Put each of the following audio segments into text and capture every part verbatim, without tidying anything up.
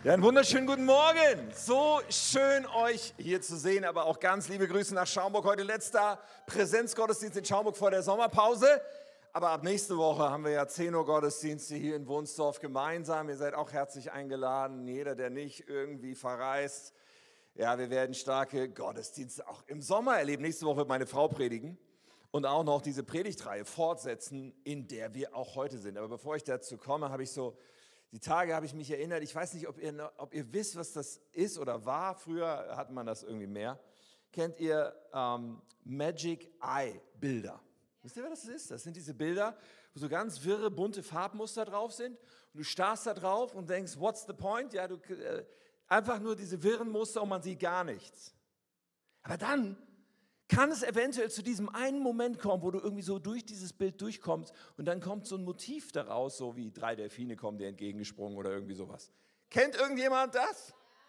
Ja, einen wunderschönen guten Morgen. So schön, euch hier zu sehen, aber auch ganz liebe Grüße nach Schaumburg. Heute letzter Präsenzgottesdienst in Schaumburg vor der Sommerpause. Aber ab nächste Woche haben wir ja zehn Uhr Gottesdienste hier in Wunsdorf gemeinsam. Ihr seid auch herzlich eingeladen. Jeder, der nicht irgendwie verreist. Ja, wir werden starke Gottesdienste auch im Sommer erleben. Nächste Woche wird meine Frau predigen und auch noch diese Predigtreihe fortsetzen, in der wir auch heute sind. Aber bevor ich dazu komme, habe ich so... Die Tage habe ich mich erinnert, ich weiß nicht, ob ihr, ob ihr wisst, was das ist oder war. Früher hat man das irgendwie mehr. Kennt ihr ähm, Magic Eye Bilder? Wisst ihr, was das ist? Das sind diese Bilder, wo so ganz wirre, bunte Farbmuster drauf sind. Und du starrst da drauf und denkst, what's the point? Ja, du, äh, einfach nur diese wirren Muster und man sieht gar nichts. Aber dann kann es eventuell zu diesem einen Moment kommen, wo du irgendwie so durch dieses Bild durchkommst und dann kommt so ein Motiv daraus, so wie drei Delfine kommen dir entgegengesprungen oder irgendwie sowas. Kennt irgendjemand das?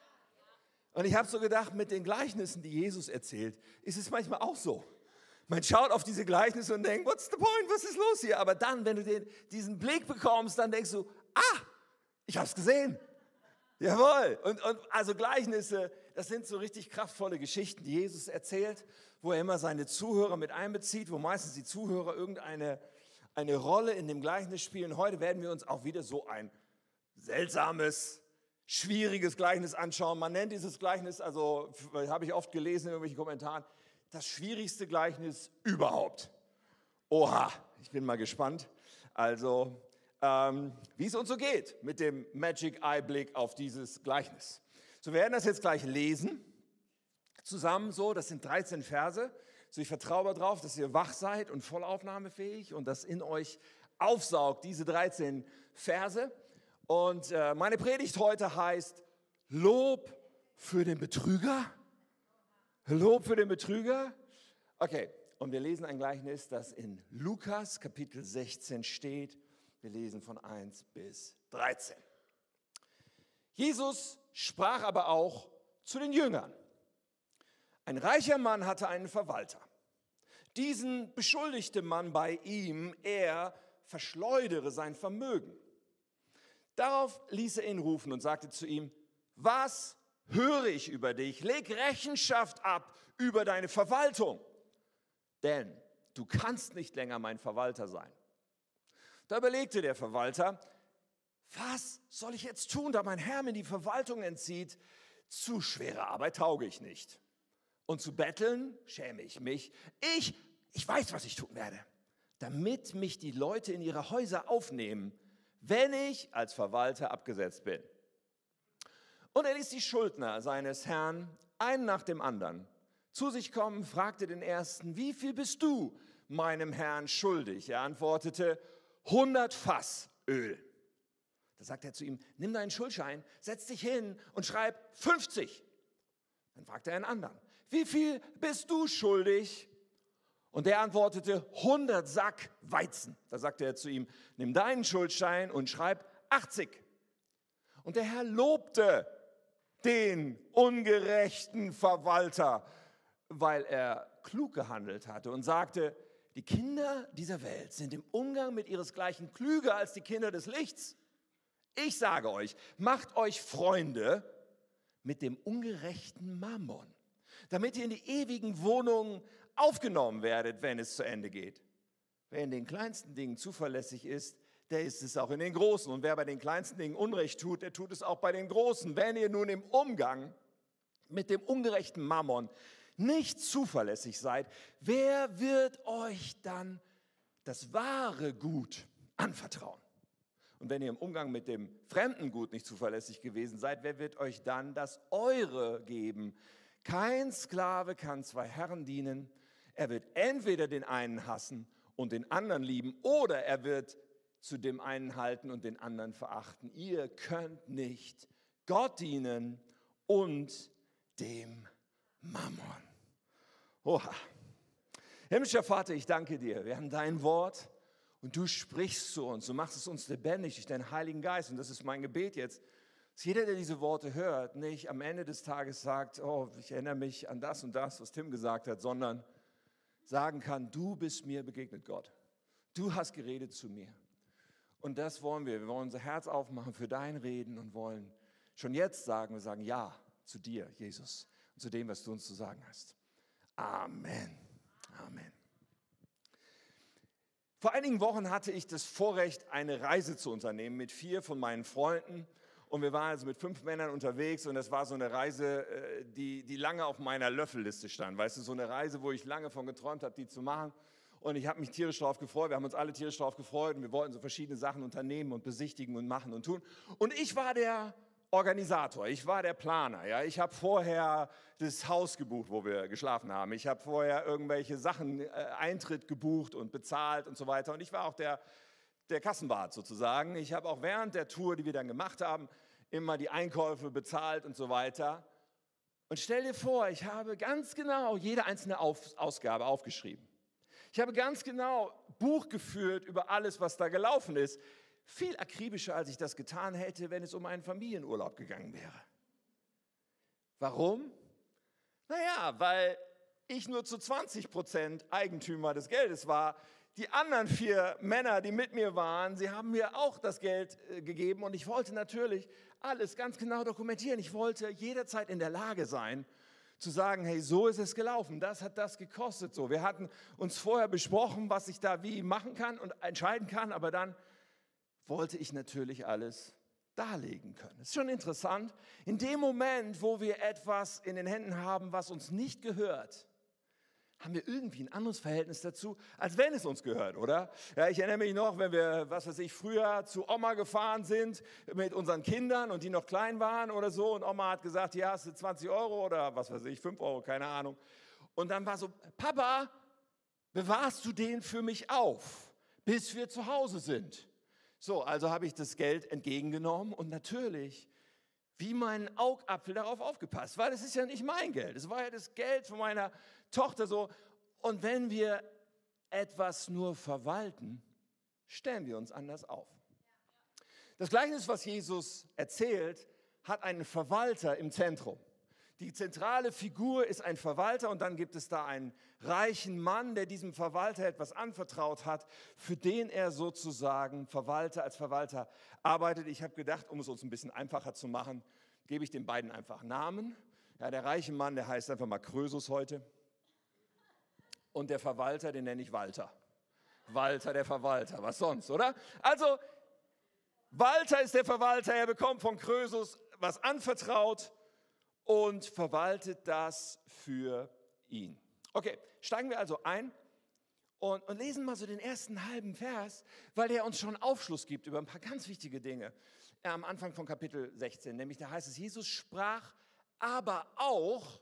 Und ich habe so gedacht, mit den Gleichnissen, die Jesus erzählt, ist es manchmal auch so. Man schaut auf diese Gleichnisse und denkt, what's the point, was ist los hier? Aber dann, wenn du den, diesen Blick bekommst, dann denkst du, ah, ich habe es gesehen. Jawohl. Und, und also Gleichnisse, das sind so richtig kraftvolle Geschichten, die Jesus erzählt, wo er immer seine Zuhörer mit einbezieht, wo meistens die Zuhörer irgendeine eine Rolle in dem Gleichnis spielen. Heute werden wir uns auch wieder so ein seltsames, schwieriges Gleichnis anschauen. Man nennt dieses Gleichnis, also habe ich oft gelesen in irgendwelchen Kommentaren, das schwierigste Gleichnis überhaupt. Oha, ich bin mal gespannt. Also, ähm, wie es uns so geht mit dem Magic Eye Blick auf dieses Gleichnis. So, wir werden das jetzt gleich lesen, zusammen so, das sind dreizehn Verse. So, ich vertraue darauf, dass ihr wach seid und vollaufnahmefähig und das in euch aufsaugt, diese dreizehn Verse. Und äh, meine Predigt heute heißt Lob für den Betrüger. Lob für den Betrüger. Okay, und wir lesen ein Gleichnis, das in Lukas Kapitel sechzehn steht. Wir lesen von eins bis dreizehn. Jesus sprach aber auch zu den Jüngern. Ein reicher Mann hatte einen Verwalter. Diesen beschuldigte man bei ihm, er verschleudere sein Vermögen. Darauf ließ er ihn rufen und sagte zu ihm, was höre ich über dich? Leg Rechenschaft ab über deine Verwaltung, denn du kannst nicht länger mein Verwalter sein. Da überlegte der Verwalter, was soll ich jetzt tun, da mein Herr mir die Verwaltung entzieht? Zu schwere Arbeit tauge ich nicht. Und zu betteln schäme ich mich. Ich, ich weiß, was ich tun werde, damit mich die Leute in ihre Häuser aufnehmen, wenn ich als Verwalter abgesetzt bin. Und er ließ die Schuldner seines Herrn, einen nach dem anderen, zu sich kommen, fragte den ersten, wie viel bist du meinem Herrn schuldig? Er antwortete, hundert Fass Öl. Da sagt er zu ihm, nimm deinen Schuldschein, setz dich hin und schreib fünfzig. Dann fragte er einen anderen, wie viel bist du schuldig? Und der antwortete, hundert Sack Weizen. Da sagte er zu ihm, nimm deinen Schuldschein und schreib achtzig. Und der Herr lobte den ungerechten Verwalter, weil er klug gehandelt hatte und sagte, die Kinder dieser Welt sind im Umgang mit ihresgleichen klüger als die Kinder des Lichts. Ich sage euch, macht euch Freunde mit dem ungerechten Mammon, damit ihr in die ewigen Wohnungen aufgenommen werdet, wenn es zu Ende geht. Wer in den kleinsten Dingen zuverlässig ist, der ist es auch in den großen. Und wer bei den kleinsten Dingen Unrecht tut, der tut es auch bei den großen. Wenn ihr nun im Umgang mit dem ungerechten Mammon nicht zuverlässig seid, wer wird euch dann das wahre Gut anvertrauen? Und wenn ihr im Umgang mit dem fremden Gut nicht zuverlässig gewesen seid, wer wird euch dann das eure geben? Kein Sklave kann zwei Herren dienen. Er wird entweder den einen hassen und den anderen lieben, oder er wird zu dem einen halten und den anderen verachten. Ihr könnt nicht Gott dienen und dem Mammon. Oha. Himmlischer Vater, ich danke dir. Wir haben dein Wort und du sprichst zu uns. Du machst es uns lebendig durch deinen Heiligen Geist. Und das ist mein Gebet jetzt, dass jeder, der diese Worte hört, nicht am Ende des Tages sagt, oh, ich erinnere mich an das und das, was Tim gesagt hat, sondern sagen kann, du bist mir begegnet, Gott. Du hast geredet zu mir. Und das wollen wir. Wir wollen unser Herz aufmachen für dein Reden und wollen schon jetzt sagen, wir sagen ja zu dir, Jesus, und zu dem, was du uns zu sagen hast. Amen. Amen. Vor einigen Wochen hatte ich das Vorrecht, eine Reise zu unternehmen mit vier von meinen Freunden. Und wir waren also mit fünf Männern unterwegs und das war so eine Reise, die, die lange auf meiner Löffelliste stand. Weißt du, so eine Reise, wo ich lange von geträumt habe, die zu machen. Und ich habe mich tierisch darauf gefreut. Wir haben uns alle tierisch darauf gefreut und wir wollten so verschiedene Sachen unternehmen und besichtigen und machen und tun. Und ich war der Organisator, ich war der Planer. Ja? Ich habe vorher das Haus gebucht, wo wir geschlafen haben. Ich habe vorher irgendwelche Sachen, äh, Eintritt gebucht und bezahlt und so weiter. Und ich war auch der, der Kassenwart sozusagen. Ich habe auch während der Tour, die wir dann gemacht haben, immer die Einkäufe bezahlt und so weiter. Und stell dir vor, ich habe ganz genau jede einzelne Auf, Ausgabe aufgeschrieben. Ich habe ganz genau Buch geführt über alles, was da gelaufen ist. Viel akribischer, als ich das getan hätte, wenn es um einen Familienurlaub gegangen wäre. Warum? Naja, weil ich nur zu zwanzig Prozent Eigentümer des Geldes war. Die anderen vier Männer, die mit mir waren, sie haben mir auch das Geld äh, gegeben und ich wollte natürlich alles ganz genau dokumentieren. Ich wollte jederzeit in der Lage sein, zu sagen, hey, so ist es gelaufen, das hat das gekostet. So, wir hatten uns vorher besprochen, was ich da wie machen kann und entscheiden kann, aber dann wollte ich natürlich alles darlegen können. Das ist schon interessant. In dem Moment, wo wir etwas in den Händen haben, was uns nicht gehört, haben wir irgendwie ein anderes Verhältnis dazu, als wenn es uns gehört, oder? Ja, ich erinnere mich noch, wenn wir, was weiß ich, früher zu Oma gefahren sind mit unseren Kindern und die noch klein waren oder so und Oma hat gesagt, hier hast du zwanzig Euro oder was weiß ich, fünf Euro, keine Ahnung. Und dann war so, Papa, bewahrst du den für mich auf, bis wir zu Hause sind? So, also habe ich das Geld entgegengenommen und natürlich wie mein Augapfel darauf aufgepasst, weil es ist ja nicht mein Geld, es war ja das Geld von meiner Tochter so. Und wenn wir etwas nur verwalten, stellen wir uns anders auf. Das Gleichnis, was Jesus erzählt, hat einen Verwalter im Zentrum. Die zentrale Figur ist ein Verwalter und dann gibt es da einen reichen Mann, der diesem Verwalter etwas anvertraut hat, für den er sozusagen Verwalter als Verwalter arbeitet. Ich habe gedacht, um es uns ein bisschen einfacher zu machen, gebe ich den beiden einfach Namen. Ja, der reiche Mann, der heißt einfach mal Krösus heute. Und der Verwalter, den nenne ich Walter. Walter der Verwalter, was sonst, oder? Also, Walter ist der Verwalter, er bekommt von Krösus was anvertraut und verwaltet das für ihn. Okay, steigen wir also ein und, und lesen mal so den ersten halben Vers, weil der uns schon Aufschluss gibt über ein paar ganz wichtige Dinge. Am Anfang von Kapitel sechzehn, nämlich da heißt es, Jesus sprach aber auch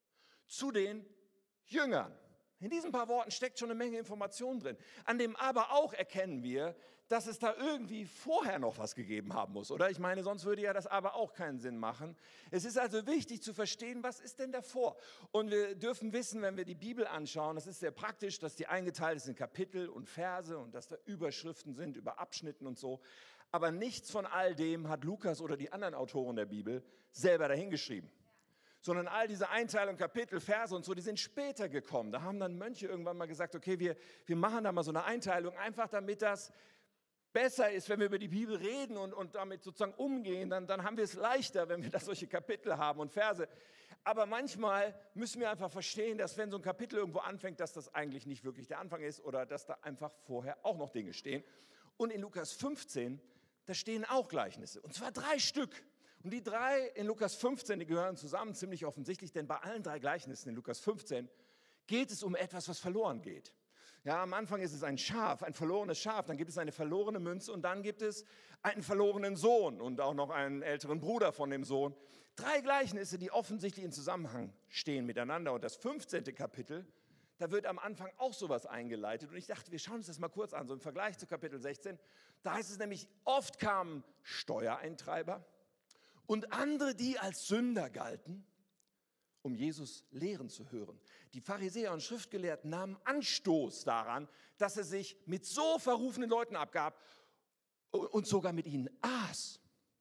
zu den Jüngern. In diesen paar Worten steckt schon eine Menge Information drin. An dem aber auch erkennen wir, dass es da irgendwie vorher noch was gegeben haben muss, oder? Ich meine, sonst würde ja das aber auch keinen Sinn machen. Es ist also wichtig zu verstehen, was ist denn davor? Und wir dürfen wissen, wenn wir die Bibel anschauen, das ist sehr praktisch, dass die eingeteilt ist in Kapitel und Verse und dass da Überschriften sind über Abschnitten und so. Aber nichts von all dem hat Lukas oder die anderen Autoren der Bibel selber dahingeschrieben. Sondern all diese Einteilung, Kapitel, Verse und so, die sind später gekommen. Da haben dann Mönche irgendwann mal gesagt, okay, wir, wir machen da mal so eine Einteilung, einfach damit das besser ist, wenn wir über die Bibel reden und, und damit sozusagen umgehen, dann, dann haben wir es leichter, wenn wir da solche Kapitel haben und Verse. Aber manchmal müssen wir einfach verstehen, dass wenn so ein Kapitel irgendwo anfängt, dass das eigentlich nicht wirklich der Anfang ist oder dass da einfach vorher auch noch Dinge stehen. Und in Lukas fünfzehn, da stehen auch Gleichnisse, und zwar drei Stück. Und die drei in Lukas fünfzehn, die gehören zusammen, ziemlich offensichtlich, denn bei allen drei Gleichnissen in Lukas fünfzehn geht es um etwas, was verloren geht. Ja, am Anfang ist es ein Schaf, ein verlorenes Schaf, dann gibt es eine verlorene Münze und dann gibt es einen verlorenen Sohn und auch noch einen älteren Bruder von dem Sohn. Drei Gleichnisse, die offensichtlich in Zusammenhang stehen miteinander. Und das fünfzehnte Kapitel, da wird am Anfang auch sowas eingeleitet. Und ich dachte, wir schauen uns das mal kurz an, so im Vergleich zu Kapitel sechzehn. Da heißt es nämlich, oft kamen Steuereintreiber und andere, die als Sünder galten, um Jesus lehren zu hören. Die Pharisäer und Schriftgelehrten nahmen Anstoß daran, dass er sich mit so verrufenen Leuten abgab und sogar mit ihnen aß.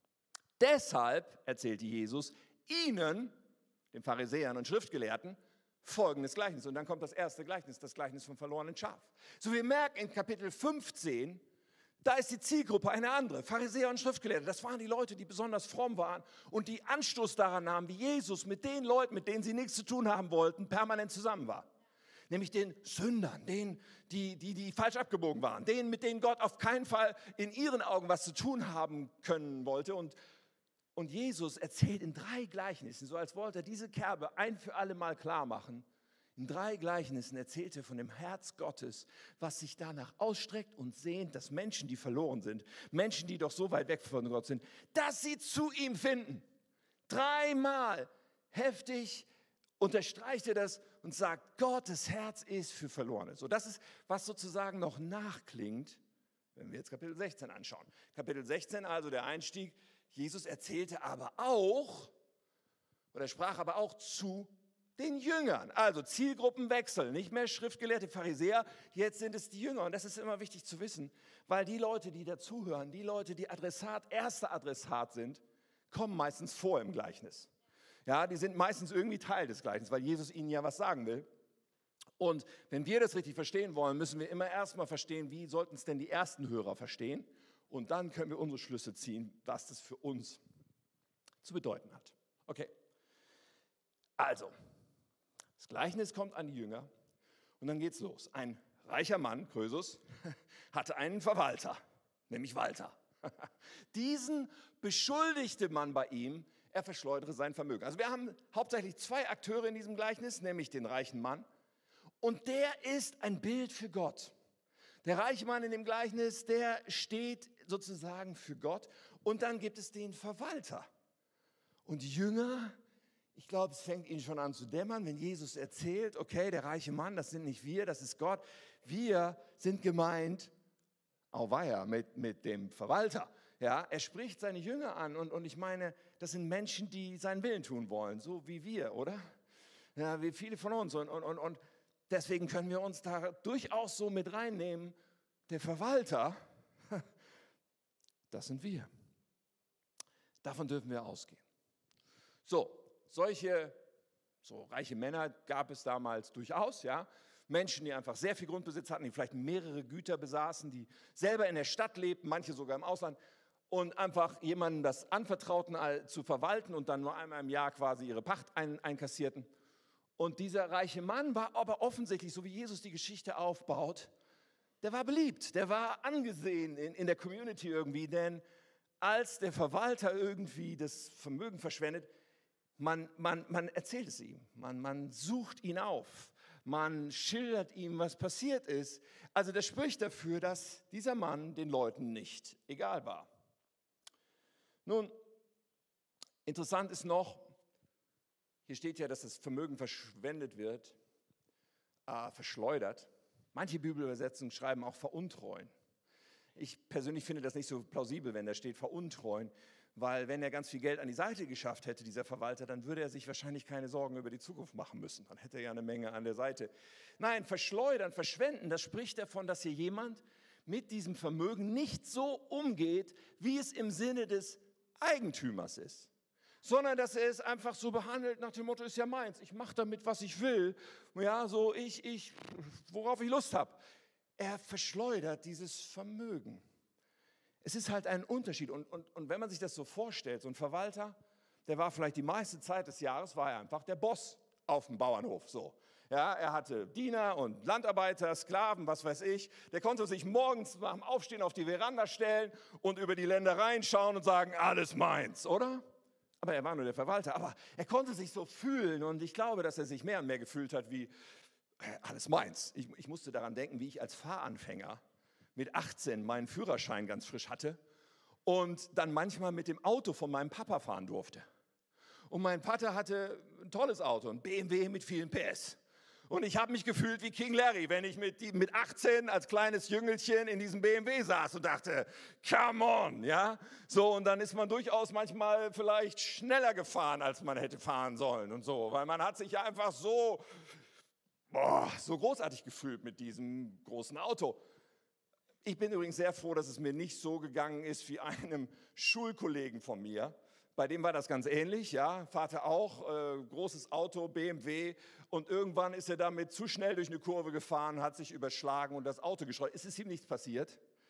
Deshalb erzählte Jesus ihnen, den Pharisäern und Schriftgelehrten, folgendes Gleichnis. Und dann kommt das erste Gleichnis, das Gleichnis vom verlorenen Schaf. So, wir merken in Kapitel fünfzehn, Da ist die Zielgruppe eine andere, Pharisäer und Schriftgelehrte. Das waren die Leute, die besonders fromm waren und die Anstoß daran nahmen, wie Jesus mit den Leuten, mit denen sie nichts zu tun haben wollten, permanent zusammen war. Nämlich den Sündern, denen, die, die, die falsch abgebogen waren, denen, mit denen Gott auf keinen Fall in ihren Augen was zu tun haben können wollte. Und, und Jesus erzählt in drei Gleichnissen, so als wollte er diese Kerbe ein für alle Mal klar machen. In drei Gleichnissen erzählt er von dem Herz Gottes, was sich danach ausstreckt und sehnt, dass Menschen, die verloren sind, Menschen, die doch so weit weg von Gott sind, dass sie zu ihm finden. Dreimal heftig unterstreicht er das und sagt, Gottes Herz ist für Verlorene. So, das ist, was sozusagen noch nachklingt, wenn wir jetzt Kapitel sechzehn anschauen. Kapitel sechzehn, also der Einstieg. Jesus erzählte aber auch, oder sprach aber auch zu den Jüngern. Also Zielgruppenwechsel, nicht mehr Schriftgelehrte Pharisäer, jetzt sind es die Jünger. Und das ist immer wichtig zu wissen, weil die Leute, die dazuhören, die Leute, die Adressat, erster Adressat sind, kommen meistens vor im Gleichnis. Ja, die sind meistens irgendwie Teil des Gleichnisses, weil Jesus ihnen ja was sagen will. Und wenn wir das richtig verstehen wollen, müssen wir immer erstmal verstehen, wie sollten es denn die ersten Hörer verstehen. Und dann können wir unsere Schlüsse ziehen, was das für uns zu bedeuten hat. Okay, also, das Gleichnis kommt an die Jünger und dann geht's los. Ein reicher Mann, Krösus, hatte einen Verwalter, nämlich Walter. Diesen beschuldigte man bei ihm, er verschleudere sein Vermögen. Also wir haben hauptsächlich zwei Akteure in diesem Gleichnis, nämlich den reichen Mann. Und der ist ein Bild für Gott. Der reiche Mann in dem Gleichnis, der steht sozusagen für Gott. Und dann gibt es den Verwalter. Und die Jünger, ich glaube, es fängt ihnen schon an zu dämmern, wenn Jesus erzählt, okay, der reiche Mann, das sind nicht wir, das ist Gott. Wir sind gemeint, auweia, mit, mit dem Verwalter. Ja, er spricht seine Jünger an und, und ich meine, das sind Menschen, die seinen Willen tun wollen, so wie wir, oder? Ja, wie viele von uns. Und, und, und, und deswegen können wir uns da durchaus so mit reinnehmen. Der Verwalter, das sind wir. Davon dürfen wir ausgehen. So, solche so reiche Männer gab es damals durchaus, ja. Menschen, die einfach sehr viel Grundbesitz hatten, die vielleicht mehrere Güter besaßen, die selber in der Stadt lebten, manche sogar im Ausland, und einfach jemandem das anvertrauten zu verwalten und dann nur einmal im Jahr quasi ihre Pacht ein, einkassierten. Und dieser reiche Mann war aber offensichtlich, so wie Jesus die Geschichte aufbaut, der war beliebt, der war angesehen in, in der Community irgendwie, denn als der Verwalter irgendwie das Vermögen verschwendet, man, man, man erzählt es ihm, man, man sucht ihn auf, man schildert ihm, was passiert ist. Also das spricht dafür, dass dieser Mann den Leuten nicht egal war. Nun, interessant ist noch, hier steht ja, dass das Vermögen verschwendet wird, äh, verschleudert. Manche Bibelübersetzungen schreiben auch veruntreuen. Ich persönlich finde das nicht so plausibel, wenn da steht veruntreuen, weil wenn er ganz viel Geld an die Seite geschafft hätte, dieser Verwalter, dann würde er sich wahrscheinlich keine Sorgen über die Zukunft machen müssen. Dann hätte er ja eine Menge an der Seite. Nein, verschleudern, verschwenden, das spricht davon, dass hier jemand mit diesem Vermögen nicht so umgeht, wie es im Sinne des Eigentümers ist, sondern dass er es einfach so behandelt nach dem Motto, ist ja meins, ich mache damit, was ich will, ja, so ich, ich, worauf ich Lust habe. Er verschleudert dieses Vermögen. Es ist halt ein Unterschied und, und, und wenn man sich das so vorstellt, so ein Verwalter, der war vielleicht die meiste Zeit des Jahres, war er einfach der Boss auf dem Bauernhof, so. Ja, er hatte Diener und Landarbeiter, Sklaven, was weiß ich. Der konnte sich morgens nach dem Aufstehen auf die Veranda stellen und über die Ländereien schauen und sagen, alles meins, oder? Aber er war nur der Verwalter. Aber er konnte sich so fühlen und ich glaube, dass er sich mehr und mehr gefühlt hat wie, alles meins. Ich, ich musste daran denken, wie ich als Fahranfänger mit achtzehn meinen Führerschein ganz frisch hatte und dann manchmal mit dem Auto von meinem Papa fahren durfte. Und mein Vater hatte ein tolles Auto, ein B M W mit vielen P S. Und ich habe mich gefühlt wie King Larry, wenn ich mit, die, mit achtzehn als kleines Jüngelchen in diesem B M W saß und dachte, come on, ja. So, und dann ist man durchaus manchmal vielleicht schneller gefahren, als man hätte fahren sollen und so. Weil man hat sich ja einfach so, boah, so großartig gefühlt mit diesem großen Auto. Ich bin übrigens sehr froh, dass es mir nicht so gegangen ist wie einem Schulkollegen von mir. Bei dem war das ganz ähnlich, ja, Vater auch, äh, großes Auto, B M W und irgendwann ist er damit zu schnell durch eine Kurve gefahren, hat sich überschlagen und das Auto geschleudert. Es ist ihm nichts passiert,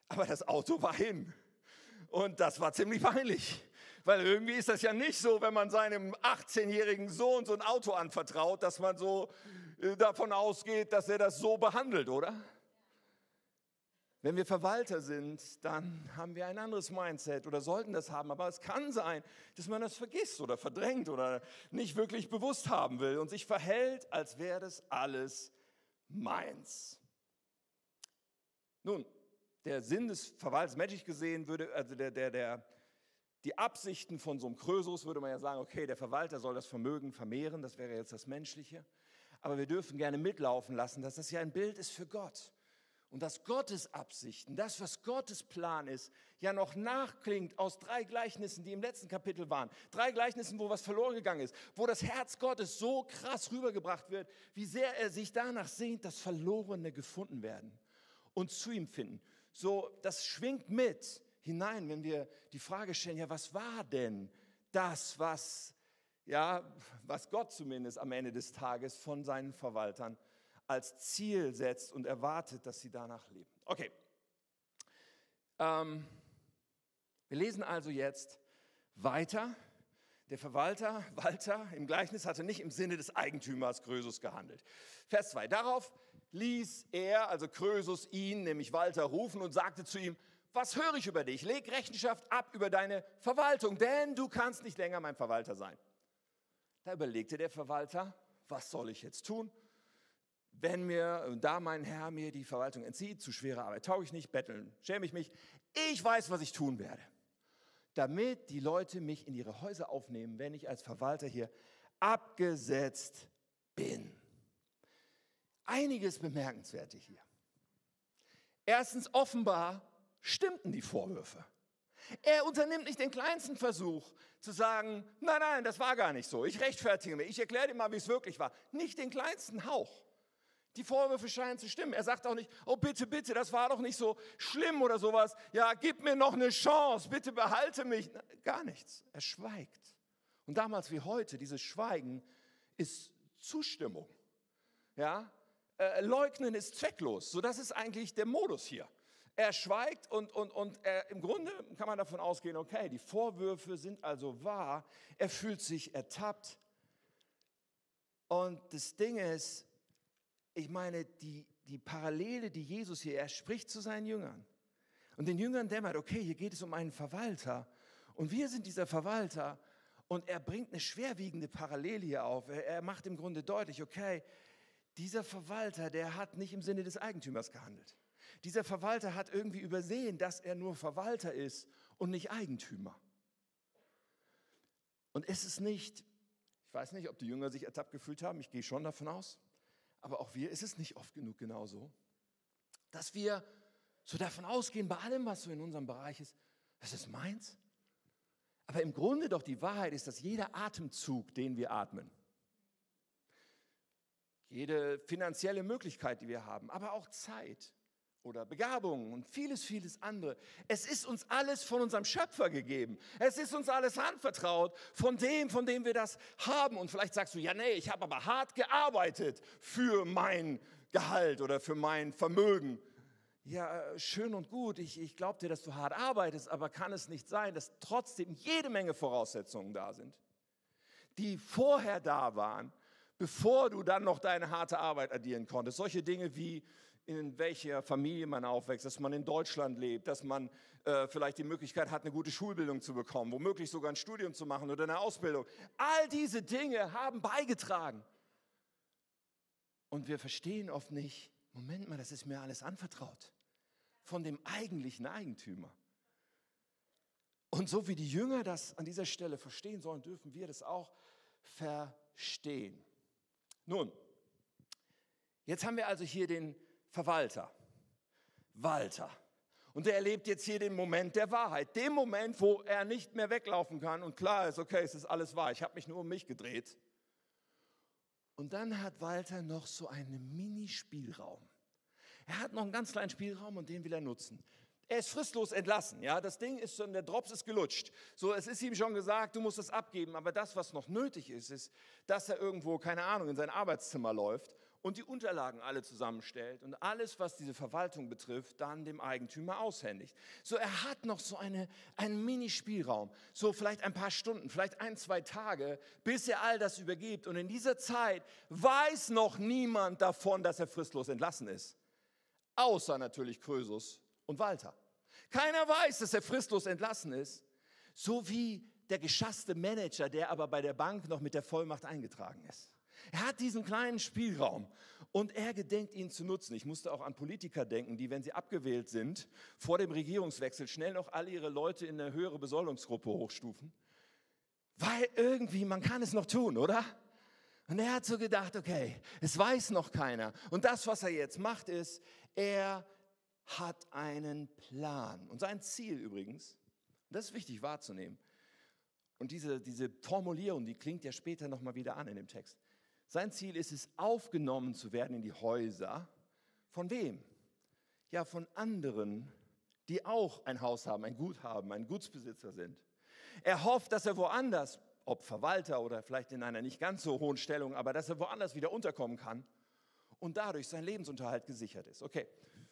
Aber das Auto war hin. Und das war ziemlich peinlich. Weil irgendwie ist das ja nicht so, wenn man seinem achtzehnjährigen Sohn so ein Auto anvertraut, dass man so äh, davon ausgeht, dass er das so behandelt, oder? Wenn wir Verwalter sind, dann haben wir ein anderes Mindset oder sollten das haben. Aber es kann sein, dass man das vergisst oder verdrängt oder nicht wirklich bewusst haben will und sich verhält, als wäre das alles meins. Nun, der Sinn des Verwalters, menschlich gesehen, würde, also der, der, der, die Absichten von so einem Krösus, würde man ja sagen, okay, der Verwalter soll das Vermögen vermehren, das wäre jetzt das Menschliche. Aber wir dürfen gerne mitlaufen lassen, dass das ja ein Bild ist für Gott. Und dass Gottes Absichten, das, was Gottes Plan ist, ja noch nachklingt aus drei Gleichnissen, die im letzten Kapitel waren. Drei Gleichnissen, wo was verloren gegangen ist, wo das Herz Gottes so krass rübergebracht wird, wie sehr er sich danach sehnt, dass Verlorene gefunden werden und zu ihm finden. So, das schwingt mit hinein, wenn wir die Frage stellen, ja, was war denn das, was, ja, was Gott zumindest am Ende des Tages von seinen Verwaltern als Ziel setzt und erwartet, dass sie danach leben. Okay, ähm, wir lesen also jetzt weiter. Der Verwalter, Walter, im Gleichnis hatte nicht im Sinne des Eigentümers Krösus gehandelt. Vers zwei, darauf ließ er, also Krösus, ihn, nämlich Walter, rufen und sagte zu ihm, was höre ich über dich? Leg Rechenschaft ab über deine Verwaltung, denn du kannst nicht länger mein Verwalter sein. Da überlegte der Verwalter, was soll ich jetzt tun? Wenn mir, da mein Herr mir die Verwaltung entzieht, zu schwerer Arbeit tauge ich nicht, betteln, schäme ich mich. Ich weiß, was ich tun werde, damit die Leute mich in ihre Häuser aufnehmen, wenn ich als Verwalter hier abgesetzt bin. Einiges Bemerkenswerte hier. Erstens, offenbar stimmten die Vorwürfe. Er unternimmt nicht den kleinsten Versuch zu sagen, nein, nein, das war gar nicht so. Ich rechtfertige mich, ich erkläre dir mal, wie es wirklich war. Nicht den kleinsten Hauch. Die Vorwürfe scheinen zu stimmen. Er sagt auch nicht, oh bitte, bitte, das war doch nicht so schlimm oder sowas. Ja, gib mir noch eine Chance, bitte behalte mich. Gar nichts. Er schweigt. Und damals wie heute, dieses Schweigen ist Zustimmung. Ja, äh, Leugnen ist zwecklos. So, das ist eigentlich der Modus hier. Er schweigt und, und, und er, im Grunde kann man davon ausgehen, okay, die Vorwürfe sind also wahr. Er fühlt sich ertappt. Und das Ding ist, ich meine, die, die Parallele, die Jesus hier, er spricht zu seinen Jüngern. Und den Jüngern dämmert, okay, hier geht es um einen Verwalter. Und wir sind dieser Verwalter. Und er bringt eine schwerwiegende Parallele hier auf. Er, er macht im Grunde deutlich, okay, dieser Verwalter, der hat nicht im Sinne des Eigentümers gehandelt. Dieser Verwalter hat irgendwie übersehen, dass er nur Verwalter ist und nicht Eigentümer. Und ist es nicht, ich weiß nicht, ob die Jünger sich ertappt gefühlt haben, ich gehe schon davon aus, aber auch wir, ist es nicht oft genug genauso, dass wir so davon ausgehen, bei allem, was so in unserem Bereich ist, das ist meins. Aber im Grunde doch die Wahrheit ist, dass jeder Atemzug, den wir atmen, jede finanzielle Möglichkeit, die wir haben, aber auch Zeit oder Begabungen und vieles, vieles andere. Es ist uns alles von unserem Schöpfer gegeben. Es ist uns alles anvertraut, von dem, von dem wir das haben. Und vielleicht sagst du, ja, nee, ich habe aber hart gearbeitet für mein Gehalt oder für mein Vermögen. Ja, schön und gut, ich, ich glaube dir, dass du hart arbeitest, aber kann es nicht sein, dass trotzdem jede Menge Voraussetzungen da sind, die vorher da waren, bevor du dann noch deine harte Arbeit addieren konntest. Solche Dinge wie, in welcher Familie man aufwächst, dass man in Deutschland lebt, dass man äh, vielleicht die Möglichkeit hat, eine gute Schulbildung zu bekommen, womöglich sogar ein Studium zu machen oder eine Ausbildung. All diese Dinge haben beigetragen. Und wir verstehen oft nicht, Moment mal, das ist mir alles anvertraut von dem eigentlichen Eigentümer. Und so wie die Jünger das an dieser Stelle verstehen sollen, dürfen wir das auch verstehen. Nun, jetzt haben wir also hier den Verwalter, Walter. Und der erlebt jetzt hier den Moment der Wahrheit. Den Moment, wo er nicht mehr weglaufen kann und klar ist, okay, es ist alles wahr, ich habe mich nur um mich gedreht. Und dann hat Walter noch so einen Mini-Spielraum. Er hat noch einen ganz kleinen Spielraum und den will er nutzen. Er ist fristlos entlassen, ja, das Ding ist schon, der Drops ist gelutscht. So, es ist ihm schon gesagt, du musst es abgeben, aber das, was noch nötig ist, ist, dass er irgendwo, keine Ahnung, in sein Arbeitszimmer läuft und die Unterlagen alle zusammenstellt und alles, was diese Verwaltung betrifft, dann dem Eigentümer aushändigt. So, er hat noch so eine, einen Minispielraum, so vielleicht ein paar Stunden, vielleicht ein, zwei Tage, bis er all das übergibt. Und in dieser Zeit weiß noch niemand davon, dass er fristlos entlassen ist. Außer natürlich Krösus und Walter. Keiner weiß, dass er fristlos entlassen ist, so wie der geschasste Manager, der aber bei der Bank noch mit der Vollmacht eingetragen ist. Er hat diesen kleinen Spielraum und er gedenkt, ihn zu nutzen. Ich musste auch an Politiker denken, die, wenn sie abgewählt sind, vor dem Regierungswechsel schnell noch alle ihre Leute in eine höhere Besoldungsgruppe hochstufen. Weil irgendwie, man kann es noch tun, oder? Und er hat so gedacht, okay, es weiß noch keiner. Und das, was er jetzt macht, ist, er hat einen Plan. Und sein Ziel übrigens, und das ist wichtig wahrzunehmen, und diese, diese Formulierung, die klingt ja später nochmal wieder an in dem Text. Sein Ziel ist es, aufgenommen zu werden in die Häuser. Von wem? Ja, von anderen, die auch ein Haus haben, ein Gut haben, ein Gutsbesitzer sind. Er hofft, dass er woanders, ob Verwalter oder vielleicht in einer nicht ganz so hohen Stellung, aber dass er woanders wieder unterkommen kann und dadurch sein Lebensunterhalt gesichert ist. Okay,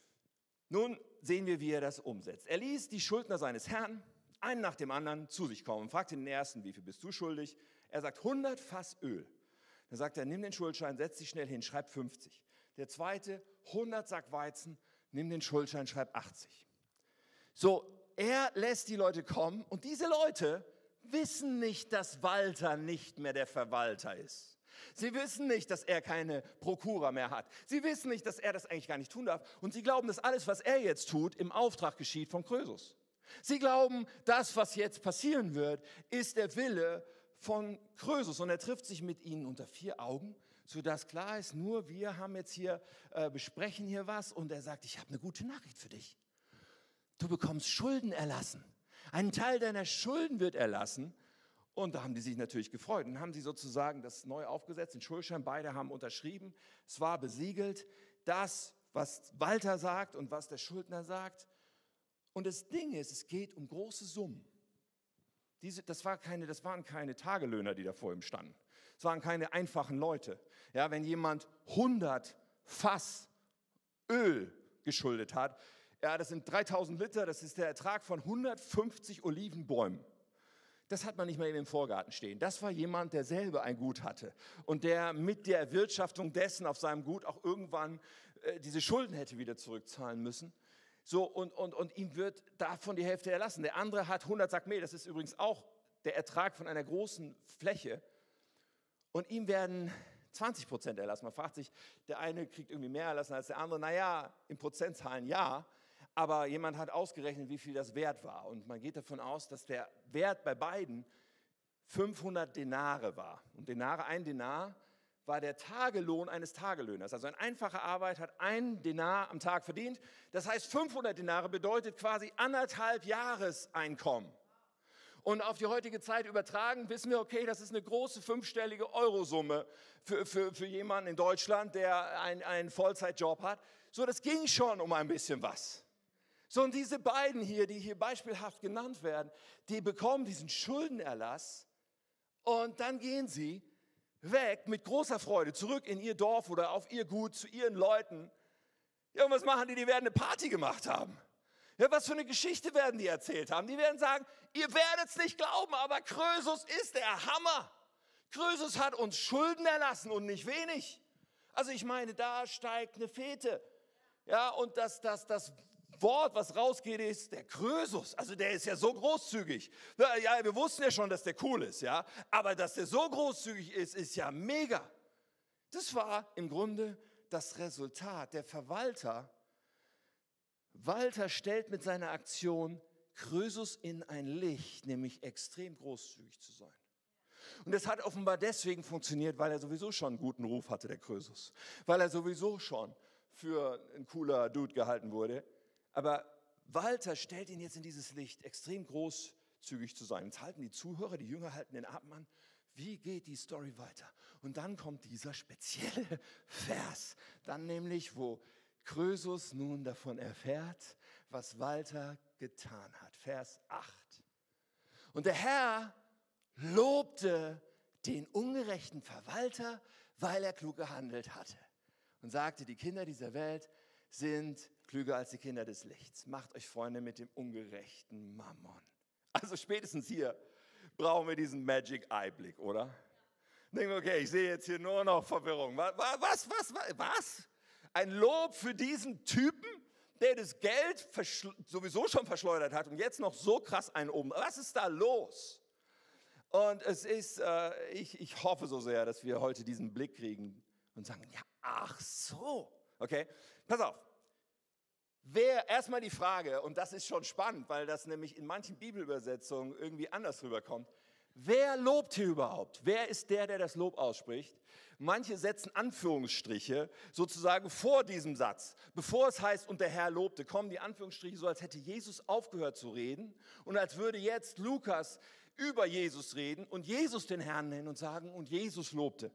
nun sehen wir, wie er das umsetzt. Er ließ die Schuldner seines Herrn einen nach dem anderen zu sich kommen, fragte den ersten, wie viel bist du schuldig? Er sagt, hundert Fass Öl. Dann sagt er, nimm den Schuldschein, setz dich schnell hin, schreib fünfzig. Der zweite, hundert Sack Weizen, nimm den Schuldschein, schreib achtzig. So, er lässt die Leute kommen und diese Leute wissen nicht, dass Walter nicht mehr der Verwalter ist. Sie wissen nicht, dass er keine Prokura mehr hat. Sie wissen nicht, dass er das eigentlich gar nicht tun darf. Und sie glauben, dass alles, was er jetzt tut, im Auftrag geschieht von Krösus. Sie glauben, das, was jetzt passieren wird, ist der Wille von Krösus. Und er trifft sich mit ihnen unter vier Augen, sodass klar ist, nur wir haben jetzt hier, äh, besprechen hier was. Und er sagt, ich habe eine gute Nachricht für dich. Du bekommst Schulden erlassen. Ein Teil deiner Schulden wird erlassen. Und da haben die sich natürlich gefreut. Und haben sie sozusagen das neu aufgesetzt, den Schuldschein. Beide haben unterschrieben. Es war besiegelt. Das, was Walter sagt und was der Schuldner sagt. Und das Ding ist, es geht um große Summen. Diese, das, war keine, das waren keine Tagelöhner, die da vor ihm standen. Es waren keine einfachen Leute. Ja, wenn jemand hundert Fass Öl geschuldet hat, ja, das sind dreitausend Liter, das ist der Ertrag von hundertfünfzig Olivenbäumen. Das hat man nicht mal in dem Vorgarten stehen. Das war jemand, der selber ein Gut hatte und der mit der Erwirtschaftung dessen auf seinem Gut auch irgendwann äh, diese Schulden hätte wieder zurückzahlen müssen. So, und, und, und ihm wird davon die Hälfte erlassen. Der andere hat hundert Sack Mehl, das ist übrigens auch der Ertrag von einer großen Fläche. Und ihm werden zwanzig Prozent erlassen. Man fragt sich, der eine kriegt irgendwie mehr erlassen als der andere. Naja, in Prozentzahlen ja, aber jemand hat ausgerechnet, wie viel das wert war. Und man geht davon aus, dass der Wert bei beiden fünfhundert Denare war. Und Denare, ein Denar war der Tagelohn eines Tagelöhners. Also eine einfache Arbeit hat ein Denar am Tag verdient. Das heißt, fünfhundert Denare bedeutet quasi anderthalb Jahreseinkommen. Und auf die heutige Zeit übertragen, wissen wir, okay, das ist eine große fünfstellige Eurosumme für, für, für jemanden in Deutschland, der ein, einen Vollzeitjob hat. So, das ging schon um ein bisschen was. So, und diese beiden hier, die hier beispielhaft genannt werden, die bekommen diesen Schuldenerlass und dann gehen sie weg mit großer Freude zurück in ihr Dorf oder auf ihr Gut zu ihren Leuten. Ja, und was machen die? Die werden eine Party gemacht haben. Ja, was für eine Geschichte werden die erzählt haben? Die werden sagen, ihr werdet es nicht glauben, aber Krösus ist der Hammer. Krösus hat uns Schulden erlassen und nicht wenig. Also ich meine, da steigt eine Fete. Ja, und das, das, das Wort, was rausgeht, ist der Krösus. Also der ist ja so großzügig. Ja, wir wussten ja schon, dass der cool ist, ja. Aber dass der so großzügig ist, ist ja mega. Das war im Grunde das Resultat. Der Verwalter, Walter stellt mit seiner Aktion Krösus in ein Licht, nämlich extrem großzügig zu sein. Und das hat offenbar deswegen funktioniert, weil er sowieso schon einen guten Ruf hatte, der Krösus. Weil er sowieso schon für ein cooler Dude gehalten wurde. Aber Walter stellt ihn jetzt in dieses Licht, extrem großzügig zu sein. Jetzt halten die Zuhörer, die Jünger halten den Atem an. Wie geht die Story weiter? Und dann kommt dieser spezielle Vers, dann nämlich, wo Krösus nun davon erfährt, was Walter getan hat. Vers acht. Und der Herr lobte den ungerechten Verwalter, weil er klug gehandelt hatte. und sagte, die Kinder dieser Welt sind klüger als die Kinder des Lichts. Macht euch Freunde mit dem ungerechten Mammon. Also spätestens hier brauchen wir diesen Magic-Eye-Blick, oder? Denken wir, okay, ich sehe jetzt hier nur noch Verwirrung. Was, was, was, was? was? Ein Lob für diesen Typen, der das Geld sowieso schon verschleudert hat und jetzt noch so krass einen oben. Was ist da los? Und es ist, äh, ich, ich hoffe so sehr, dass wir heute diesen Blick kriegen und sagen, ja, ach so. Okay, pass auf. Wer, erstmal die Frage, und das ist schon spannend, weil das nämlich in manchen Bibelübersetzungen irgendwie anders rüberkommt. Wer lobt hier überhaupt? Wer ist der, der das Lob ausspricht? Manche setzen Anführungsstriche sozusagen vor diesem Satz. Bevor es heißt, und der Herr lobte, kommen die Anführungsstriche so, als hätte Jesus aufgehört zu reden und als würde jetzt Lukas über Jesus reden und Jesus den Herrn nennen und sagen, und Jesus lobte.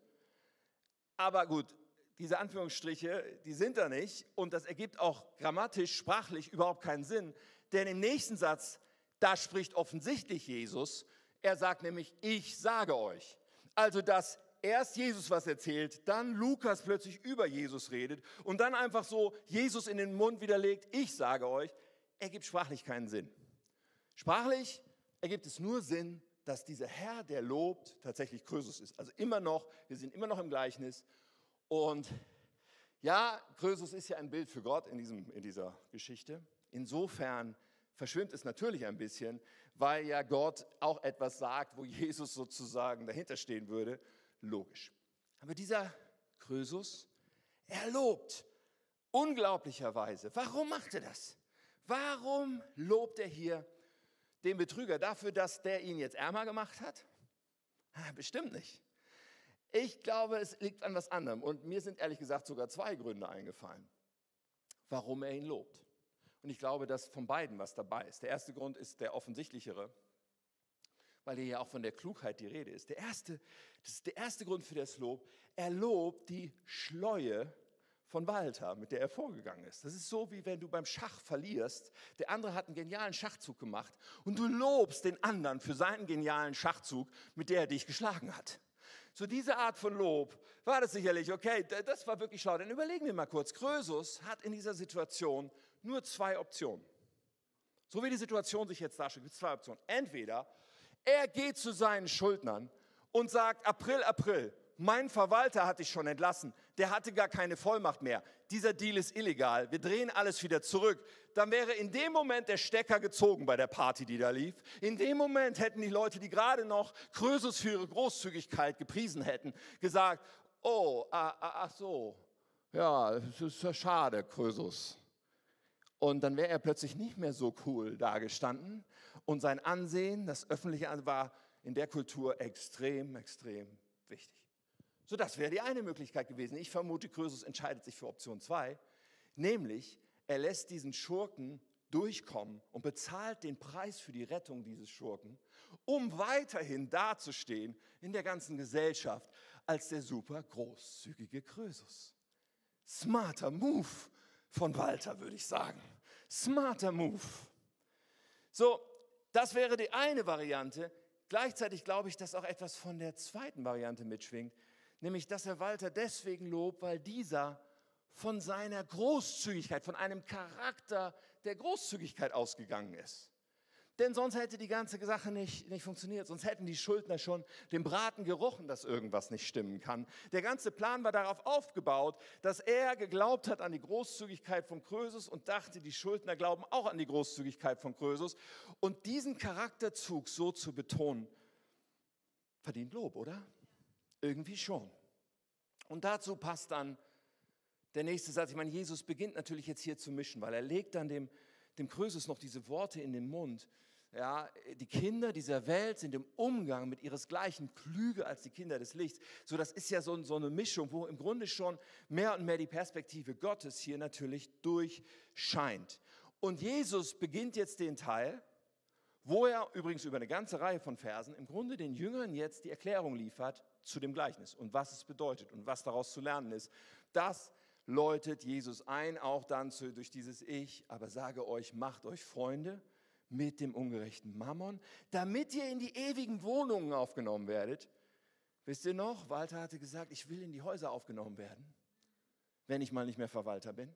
Aber gut, diese Anführungsstriche, die sind da nicht und das ergibt auch grammatisch, sprachlich überhaupt keinen Sinn, denn im nächsten Satz, da spricht offensichtlich Jesus, er sagt nämlich, ich sage euch. Also, dass erst Jesus was erzählt, dann Lukas plötzlich über Jesus redet und dann einfach so Jesus in den Mund widerlegt, ich sage euch, ergibt sprachlich keinen Sinn. Sprachlich ergibt es nur Sinn, dass dieser Herr, der lobt, tatsächlich Krösus ist. Also immer noch, wir sind immer noch im Gleichnis. Und ja, Krösus ist ja ein Bild für Gott in, diesem, in dieser Geschichte. Insofern verschwimmt es natürlich ein bisschen, weil ja Gott auch etwas sagt, wo Jesus sozusagen dahinter stehen würde. Logisch. Aber dieser Krösus, er lobt unglaublicherweise. Warum macht er das? Warum lobt er hier den Betrüger dafür, dass der ihn jetzt ärmer gemacht hat? Bestimmt nicht. Ich glaube, es liegt an was anderem. Und mir sind ehrlich gesagt sogar zwei Gründe eingefallen, warum er ihn lobt. Und ich glaube, dass von beiden was dabei ist. Der erste Grund ist der offensichtlichere, weil hier ja auch von der Klugheit die Rede ist. Der erste, das ist der erste Grund für das Lob. Er lobt die Schleue von Walter, mit der er vorgegangen ist. Das ist so, wie wenn du beim Schach verlierst. Der andere hat einen genialen Schachzug gemacht und du lobst den anderen für seinen genialen Schachzug, mit der er dich geschlagen hat. So diese Art von Lob war das sicherlich, okay, das war wirklich schlau. Dann überlegen wir mal kurz. Krösus hat in dieser Situation nur zwei Optionen. So wie die Situation sich jetzt darstellt, gibt es zwei Optionen. Entweder er geht zu seinen Schuldnern und sagt, April, April, mein Verwalter hat dich schon entlassen, der hatte gar keine Vollmacht mehr. Dieser Deal ist illegal, wir drehen alles wieder zurück. Dann wäre in dem Moment der Stecker gezogen bei der Party, die da lief. In dem Moment hätten die Leute, die gerade noch Krösus für ihre Großzügigkeit gepriesen hätten, gesagt, oh, ah, ah, ach so, ja, das ist ja schade, Krösus. Und dann wäre er plötzlich nicht mehr so cool dagestanden und sein Ansehen, das öffentliche Ansehen, war in der Kultur extrem, extrem wichtig. So, das wäre die eine Möglichkeit gewesen. Ich vermute, Krösus entscheidet sich für Option zwei, nämlich er lässt diesen Schurken durchkommen und bezahlt den Preis für die Rettung dieses Schurken, um weiterhin dazustehen in der ganzen Gesellschaft als der super großzügige Krösus. Smarter Move von Walter, würde ich sagen. Smarter Move. So, das wäre die eine Variante. Gleichzeitig glaube ich, dass auch etwas von der zweiten Variante mitschwingt, nämlich, dass er Walter deswegen lobt, weil dieser von seiner Großzügigkeit, von einem Charakter der Großzügigkeit ausgegangen ist. Denn sonst hätte die ganze Sache nicht, nicht funktioniert, sonst hätten die Schuldner schon den Braten gerochen, dass irgendwas nicht stimmen kann. Der ganze Plan war darauf aufgebaut, dass er geglaubt hat an die Großzügigkeit von Krösus und dachte, die Schuldner glauben auch an die Großzügigkeit von Krösus. Und diesen Charakterzug so zu betonen, verdient Lob, oder? Irgendwie schon. Und dazu passt dann der nächste Satz. Ich meine, Jesus beginnt natürlich jetzt hier zu mischen, weil er legt dann dem, dem Krösus noch diese Worte in den Mund. Ja, die Kinder dieser Welt sind im Umgang mit ihresgleichen klüger als die Kinder des Lichts. So, das ist ja so, so eine Mischung, wo im Grunde schon mehr und mehr die Perspektive Gottes hier natürlich durchscheint. Und Jesus beginnt jetzt den Teil, wo er übrigens über eine ganze Reihe von Versen im Grunde den Jüngern jetzt die Erklärung liefert zu dem Gleichnis und was es bedeutet und was daraus zu lernen ist. Das läutet Jesus ein, auch dann zu, durch dieses Ich, aber sage euch, macht euch Freunde mit dem ungerechten Mammon, damit ihr in die ewigen Wohnungen aufgenommen werdet. Wisst ihr noch, Walter hatte gesagt, ich will in die Häuser aufgenommen werden. wenn ich mal nicht mehr Verwalter bin.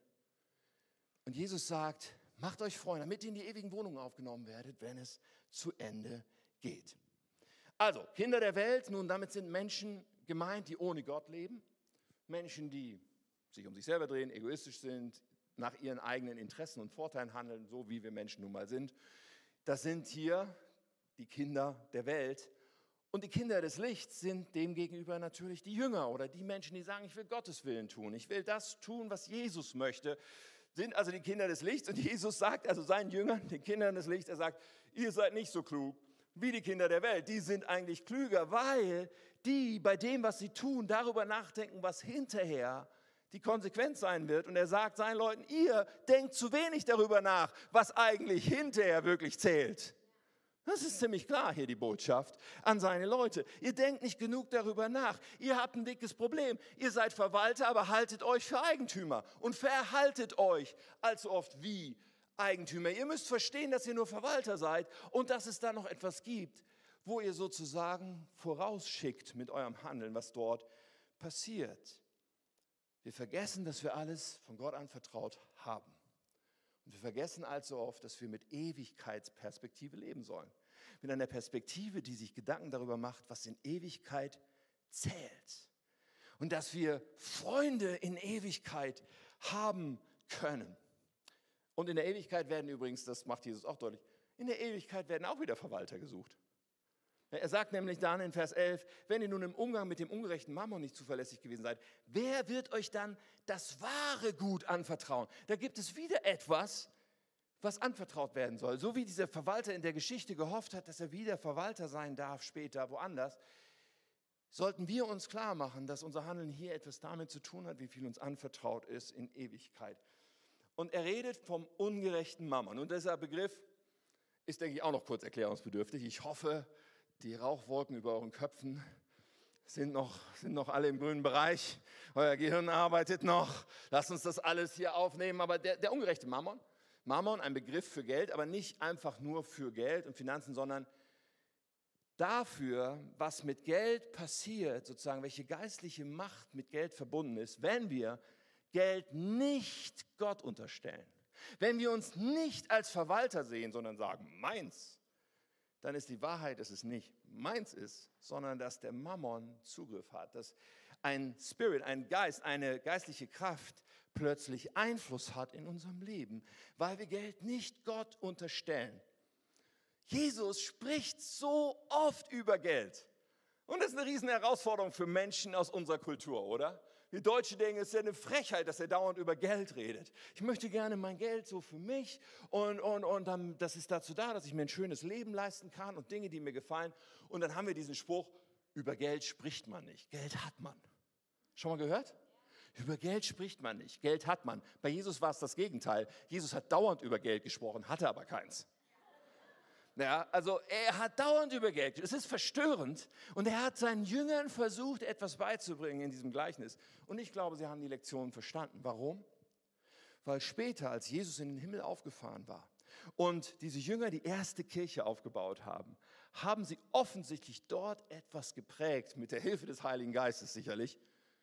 Und Jesus sagt, macht euch Freunde, damit ihr in die ewigen Wohnungen aufgenommen werdet, wenn es zu Ende geht. Also, Kinder der Welt, nun damit sind Menschen gemeint, die ohne Gott leben. Menschen, die sich um sich selber drehen, egoistisch sind, nach ihren eigenen Interessen und Vorteilen handeln, so wie wir Menschen nun mal sind. Das sind hier die Kinder der Welt. Und die Kinder des Lichts sind demgegenüber natürlich die Jünger oder die Menschen, die sagen, ich will Gottes Willen tun. Ich will das tun, was Jesus möchte. Sind also die Kinder des Lichts. Und Jesus sagt also seinen Jüngern, den Kindern des Lichts, er sagt, ihr seid nicht so klug wie die Kinder der Welt. Die sind eigentlich klüger, weil die bei dem, was sie tun, darüber nachdenken, was hinterher die Konsequenz sein wird. Und er sagt seinen Leuten, ihr denkt zu wenig darüber nach, was eigentlich hinterher wirklich zählt. Das ist ziemlich klar hier die Botschaft an seine Leute. Ihr denkt nicht genug darüber nach. Ihr habt ein dickes Problem. Ihr seid Verwalter, aber haltet euch für Eigentümer und verhaltet euch allzu oft wie Eigentümer. Ihr müsst verstehen, dass ihr nur Verwalter seid und dass es da noch etwas gibt, wo ihr sozusagen vorausschickt mit eurem Handeln, was dort passiert. Wir vergessen, dass wir alles von Gott anvertraut haben. Und wir vergessen allzu oft, dass wir mit Ewigkeitsperspektive leben sollen. Mit einer Perspektive, die sich Gedanken darüber macht, was in Ewigkeit zählt. Und dass wir Freunde in Ewigkeit haben können. Und in der Ewigkeit werden übrigens, das macht Jesus auch deutlich, in der Ewigkeit werden auch wieder Verwalter gesucht. Er sagt nämlich dann in Vers elf, wenn ihr nun im Umgang mit dem ungerechten Mammon nicht zuverlässig gewesen seid, wer wird euch dann das wahre Gut anvertrauen? Da gibt es wieder etwas, was anvertraut werden soll. So wie dieser Verwalter in der Geschichte gehofft hat, dass er wieder Verwalter sein darf, später woanders, sollten wir uns klar machen, dass unser Handeln hier etwas damit zu tun hat, wie viel uns anvertraut ist in Ewigkeit. Und er redet vom ungerechten Mammon. Und dieser Begriff ist, denke ich, auch noch kurz erklärungsbedürftig. Ich hoffe, die Rauchwolken über euren Köpfen sind noch, sind noch alle im grünen Bereich. Euer Gehirn arbeitet noch. Lasst uns das alles hier aufnehmen. Aber der, der ungerechte Mammon, Mammon, ein Begriff für Geld, aber nicht einfach nur für Geld und Finanzen, sondern dafür, was mit Geld passiert, sozusagen, welche geistliche Macht mit Geld verbunden ist, wenn wir Geld nicht Gott unterstellen. Wenn wir uns nicht als Verwalter sehen, sondern sagen, meins, dann ist die Wahrheit, dass es nicht meins ist, sondern dass der Mammon Zugriff hat, dass ein Spirit, ein Geist, eine geistliche Kraft plötzlich Einfluss hat in unserem Leben, weil wir Geld nicht Gott unterstellen. Jesus spricht so oft über Geld. Und das ist eine riesen Herausforderung für Menschen aus unserer Kultur, oder? Die Deutschen denken, es ist ja eine Frechheit, dass er dauernd über Geld redet. Ich möchte gerne mein Geld so für mich und, und, und dann, das ist dazu da, dass ich mir ein schönes Leben leisten kann und Dinge, die mir gefallen. Und dann haben wir diesen Spruch, über Geld spricht man nicht, Geld hat man. Schon mal gehört? Über Geld spricht man nicht, Geld hat man. Bei Jesus war es das Gegenteil. Jesus hat dauernd über Geld gesprochen, hatte aber keins. Ja, also er hat dauernd über Geld, es ist verstörend und er hat seinen Jüngern versucht, etwas beizubringen in diesem Gleichnis. Und ich glaube, sie haben die Lektion verstanden. Warum? Weil später, als Jesus in den Himmel aufgefahren war und diese Jünger die erste Kirche aufgebaut haben, haben sie offensichtlich dort etwas geprägt, mit der Hilfe des Heiligen Geistes sicherlich,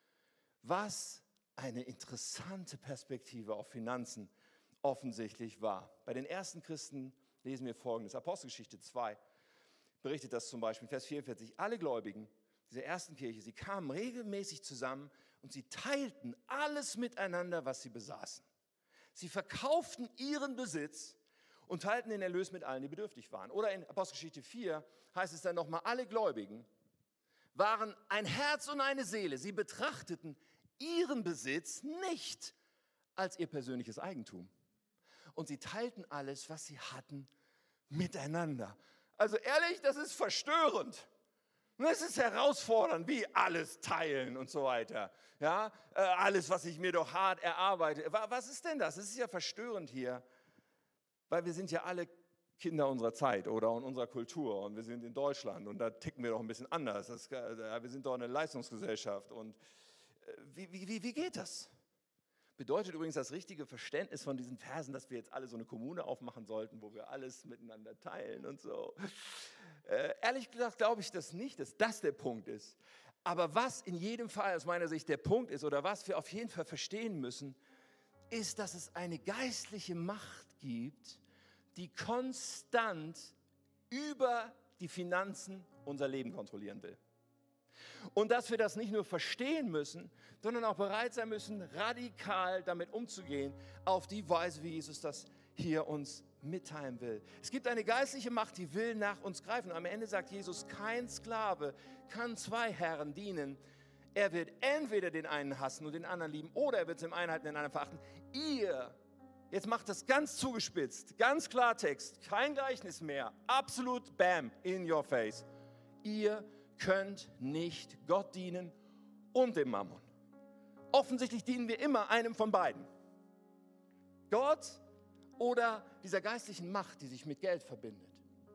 was eine interessante Perspektive auf Finanzen offensichtlich war. Bei den ersten Christen lesen wir Folgendes. Apostelgeschichte zwei berichtet das zum Beispiel, Vers vierundvierzig. Alle Gläubigen dieser ersten Kirche, sie kamen regelmäßig zusammen und sie teilten alles miteinander, was sie besaßen. Sie verkauften ihren Besitz und teilten den Erlös mit allen, die bedürftig waren. Oder in Apostelgeschichte vier heißt es dann nochmal, alle Gläubigen waren ein Herz und eine Seele. Sie betrachteten ihren Besitz nicht als ihr persönliches Eigentum. Und sie teilten alles, was sie hatten, miteinander. Also ehrlich, das ist verstörend. Es ist herausfordernd, wie alles teilen und so weiter. Ja, äh, alles, was ich mir doch hart erarbeite. Was ist denn das? Es ist ja verstörend hier, weil wir sind ja alle Kinder unserer Zeit oder in unserer Kultur und wir sind in Deutschland und da ticken wir doch ein bisschen anders. Das, wir sind doch eine Leistungsgesellschaft und äh, wie, wie, wie geht das? Bedeutet übrigens das richtige Verständnis von diesen Versen, dass wir jetzt alle so eine Kommune aufmachen sollten, wo wir alles miteinander teilen und so. Äh, ehrlich gesagt glaube ich das nicht, dass das der Punkt ist. Aber was in jedem Fall aus meiner Sicht der Punkt ist oder was wir auf jeden Fall verstehen müssen, ist, dass es eine geistliche Macht gibt, die konstant über die Finanzen unser Leben kontrollieren will. Und dass wir das nicht nur verstehen müssen, sondern auch bereit sein müssen, radikal damit umzugehen, auf die Weise, wie Jesus das hier uns mitteilen will. Es gibt eine geistliche Macht, die will nach uns greifen. Am Ende sagt Jesus, kein Sklave kann zwei Herren dienen. Er wird entweder den einen hassen und den anderen lieben, oder er wird es im einen halten und den anderen verachten. Ihr, jetzt macht das ganz zugespitzt, ganz Klartext, kein Gleichnis mehr, absolut bam, in your face. Ihr könnt nicht Gott dienen und dem Mammon. Offensichtlich dienen wir immer einem von beiden. Gott oder dieser geistlichen Macht, die sich mit Geld verbindet.